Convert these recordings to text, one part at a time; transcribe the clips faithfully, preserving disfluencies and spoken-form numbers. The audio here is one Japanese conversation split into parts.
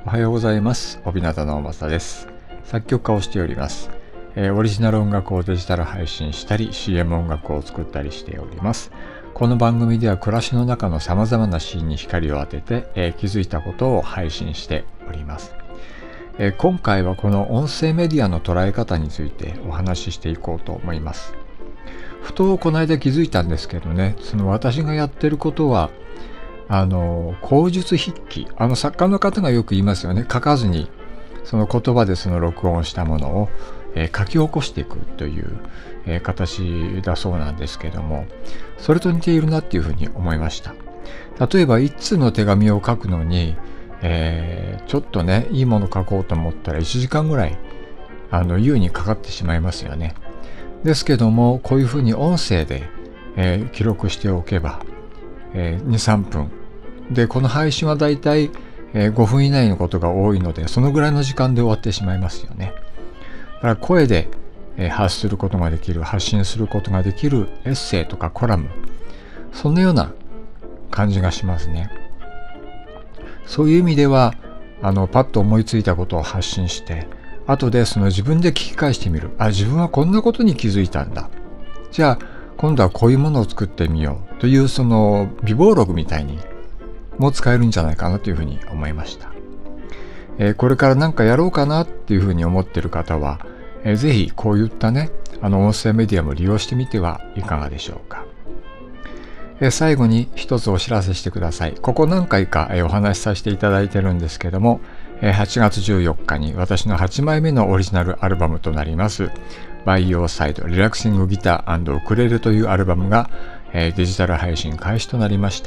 おはようございます。帯名直政です。作曲家をしております。えー、オリジナル音楽をデジタル配信したり シーエム 音楽を作ったりしております。この番組では暮らしの中のさまざまなシーンに光を当てて、えー、気づいたことを配信しております。えー、今回はこの音声メディアの捉え方についてお話ししていこうと思います。ふとこの間気づいたんですけどね、その私がやってることはあの口述筆記、あの作家の方がよく言いますよね。書かずにその言葉でその録音したものを、えー、書き起こしていくという、えー、形だそうなんですけども、それと似ているなっていうふうに思いました。例えば一通の手紙を書くのに、えー、ちょっとねいいもの書こうと思ったらいちじかんぐらいあの優にかかってしまいますよね。ですけどもこういうふうに音声で、えー、記録しておけば、えー、に、さんぷんで、この配信はだいたいごふん以内のことが多いので、そのぐらいの時間で終わってしまいますよね。だから声で発することができる、発信することができるエッセイとかコラム、そんなような感じがしますね。そういう意味では、あの、パッと思いついたことを発信して、後でその自分で聞き返してみる。あ、自分はこんなことに気づいたんだ。じゃあ、今度はこういうものを作ってみようという、その備忘録みたいに、も使えるんじゃないかなというふうに思いました。えー、これから何かやろうかなっていうふうに思っている方は、えー、ぜひこういったね、あの音声メディアも利用してみてはいかがでしょうか。えー、最後に一つお知らせしてください。ここ何回か、えー、お話しさせていただいてるんですけども、えー、はちがつじゅうよっかに私のはちまいめのオリジナルアルバムとなります By Your Side Relaxing Guitar and Ukulele というアルバムが、えー、デジタル配信開始となりました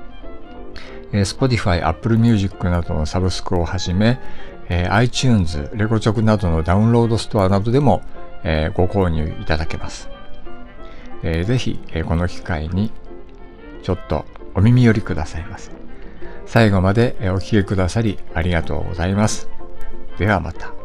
。Spotify、Apple Music などのサブスクをはじめ、えー、iTunes、レコチョクなどのダウンロードストアなどでも、えー、ご購入いただけます。えー、ぜひ、えー、この機会にちょっとお耳寄りくださいませ。最後までお聞きくださりありがとうございます。ではまた。